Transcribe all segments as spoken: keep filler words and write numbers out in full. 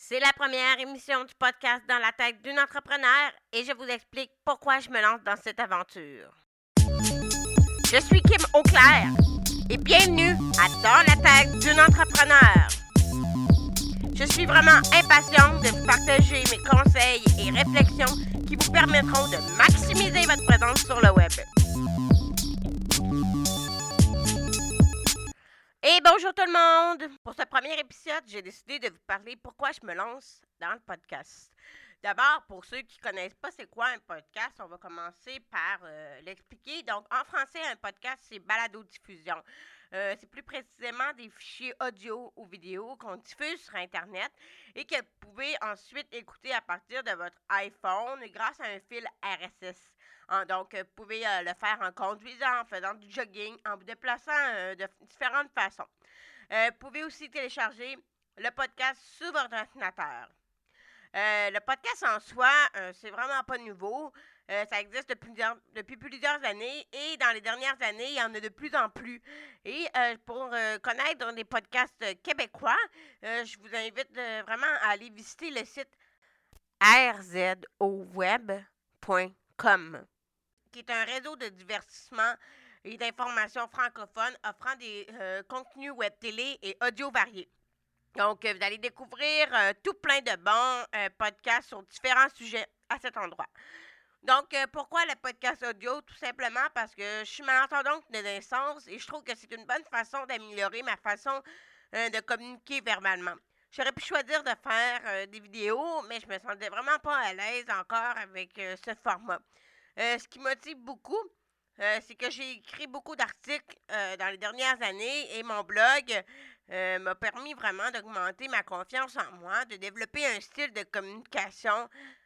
C'est la première émission du podcast Dans la tête d'une entrepreneur et je vous explique pourquoi je me lance dans cette aventure. Je suis Kim Auclair et bienvenue à Dans la tête d'une entrepreneur. Je suis vraiment impatiente de vous partager mes conseils et réflexions qui vous permettront de maximiser votre présence sur le web. Et bonjour tout le monde! Pour ce premier épisode, j'ai décidé de vous parler pourquoi je me lance dans le podcast. D'abord, pour ceux qui ne connaissent pas c'est quoi un podcast, on va commencer par euh, l'expliquer. Donc, en français, un podcast, c'est balado-diffusion. Euh, c'est plus précisément des fichiers audio ou vidéo qu'on diffuse sur Internet et que vous pouvez ensuite écouter à partir de votre iPhone grâce à un fil R S S. Donc, vous pouvez euh, le faire en conduisant, en faisant du jogging, en vous déplaçant euh, de différentes façons. Euh, vous pouvez aussi télécharger le podcast sur votre ordinateur. Euh, le podcast en soi, euh, c'est vraiment pas nouveau. Euh, ça existe depuis, depuis plusieurs années et dans les dernières années, il y en a de plus en plus. Et euh, pour euh, connaître des podcasts québécois, euh, je vous invite euh, vraiment à aller visiter le site r z o web point com, qui est un réseau de divertissement et d'information francophone offrant des euh, contenus web télé et audio variés. Donc, euh, vous allez découvrir euh, tout plein de bons euh, podcasts sur différents sujets à cet endroit. Donc, euh, pourquoi le podcast audio? Tout simplement parce que je suis malentendante de naissance et je trouve que c'est une bonne façon d'améliorer ma façon euh, de communiquer verbalement. J'aurais pu choisir de faire euh, des vidéos, mais je me sentais vraiment pas à l'aise encore avec euh, ce format. Euh, ce qui motive beaucoup, euh, c'est que j'ai écrit beaucoup d'articles euh, dans les dernières années et mon blog euh, m'a permis vraiment d'augmenter ma confiance en moi, de développer un style de communication,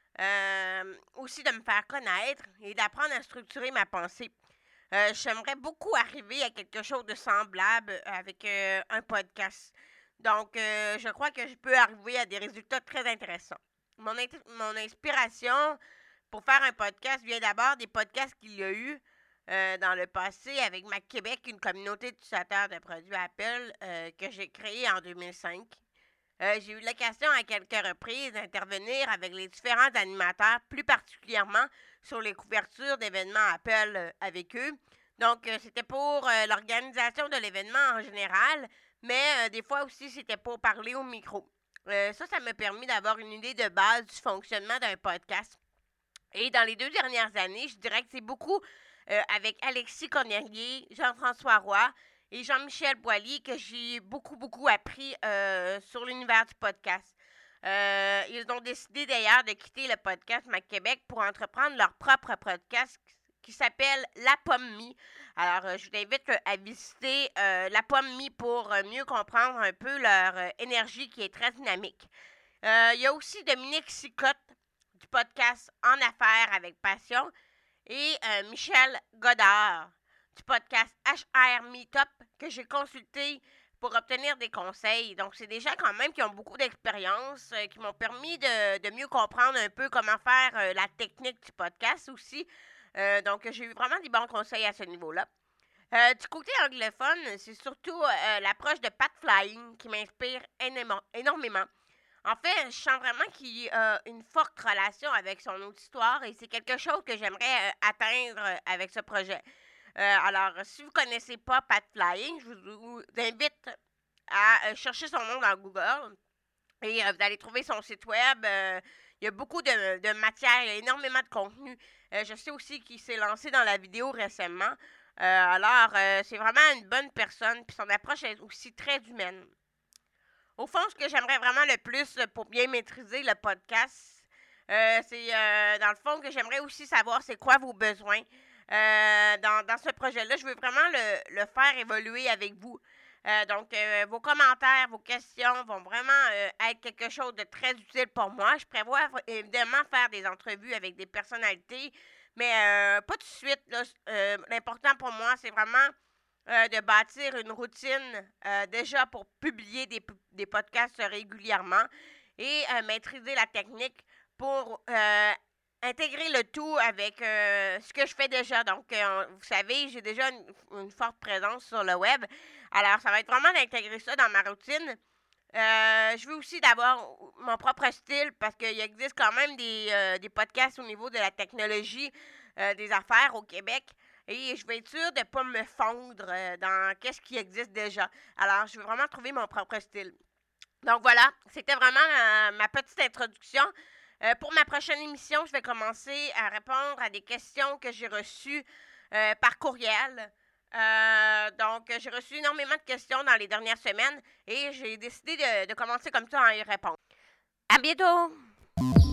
euh, aussi de me faire connaître et d'apprendre à structurer ma pensée. Euh, j'aimerais beaucoup arriver à quelque chose de semblable avec euh, un podcast. Donc, euh, je crois que je peux arriver à des résultats très intéressants. Mon, int- mon inspiration pour faire un podcast vient d'abord des podcasts qu'il y a eu euh, dans le passé avec Mac Québec, une communauté d'utilisateurs de produits Apple euh, que j'ai créée en deux mille cinq. Euh, j'ai eu l'occasion à quelques reprises d'intervenir avec les différents animateurs, plus particulièrement sur les couvertures d'événements Apple euh, avec eux. Donc, euh, c'était pour euh, l'organisation de l'événement en général, mais euh, des fois aussi, c'était pour parler au micro. Euh, ça, ça m'a permis d'avoir une idée de base du fonctionnement d'un podcast. Et dans les deux dernières années, je dirais que c'est beaucoup euh, avec Alexis Cornelier, Jean-François Roy et Jean-Michel Boilly que j'ai beaucoup, beaucoup appris euh, sur l'univers du podcast. Euh, ils ont décidé d'ailleurs de quitter le podcast Mac Québec pour entreprendre leur propre podcast qui s'appelle La Pomme Mie. Alors, euh, je vous invite euh, à visiter euh, La Pomme Mie pour euh, mieux comprendre un peu leur euh, énergie qui est très dynamique. Euh, il y a aussi Dominique Sicotte du podcast En Affaires avec Passion et euh, Michel Godard du podcast H R Meetup que j'ai consulté pour obtenir des conseils. Donc, c'est des gens quand même qui ont beaucoup d'expérience, euh, qui m'ont permis de, de mieux comprendre un peu comment faire euh, la technique du podcast aussi. Euh, donc, j'ai eu vraiment des bons conseils à ce niveau-là. Euh, du côté anglophone, c'est surtout euh, l'approche de Pat Flying qui m'inspire énormément. énormément. En fait, je sens vraiment qu'il a une forte relation avec son auditoire et c'est quelque chose que j'aimerais euh, atteindre euh, avec ce projet. Euh, alors, si vous ne connaissez pas Pat Flying, je vous, vous invite à euh, chercher son nom dans Google et euh, vous allez trouver son site web. Euh, il y a beaucoup de, de matière, il y a énormément de contenu. Euh, je sais aussi qu'il s'est lancé dans la vidéo récemment. Euh, alors, euh, c'est vraiment une bonne personne, puis son approche est aussi très humaine. Au fond, ce que j'aimerais vraiment le plus pour bien maîtriser le podcast, euh, c'est euh, dans le fond que j'aimerais aussi savoir c'est quoi vos besoins. Euh, dans, dans ce projet-là, je veux vraiment le, le faire évoluer avec vous. Euh, donc, euh, vos commentaires, vos questions vont vraiment euh, être quelque chose de très utile pour moi. Je prévois évidemment faire des entrevues avec des personnalités, mais euh, pas tout de suite. Là. Euh, l'important pour moi, c'est vraiment Euh, de bâtir une routine euh, déjà pour publier des, des podcasts régulièrement et euh, maîtriser la technique pour euh, intégrer le tout avec euh, ce que je fais déjà. Donc, euh, vous savez, j'ai déjà une, une forte présence sur le web. Alors, ça va être vraiment d'intégrer ça dans ma routine Euh, je veux aussi d'avoir mon propre style parce qu'il existe quand même des, euh, des podcasts au niveau de la technologie, euh, des affaires au Québec. Et je veux être sûre de ne pas me fondre euh, dans qu'est-ce qui existe déjà. Alors, je veux vraiment trouver mon propre style. Donc voilà, c'était vraiment euh, ma petite introduction. Euh, pour ma prochaine émission, je vais commencer à répondre à des questions que j'ai reçues euh, par courriel. Euh, donc, j'ai reçu énormément de questions dans les dernières semaines et j'ai décidé de, de commencer comme ça à y répondre. À bientôt!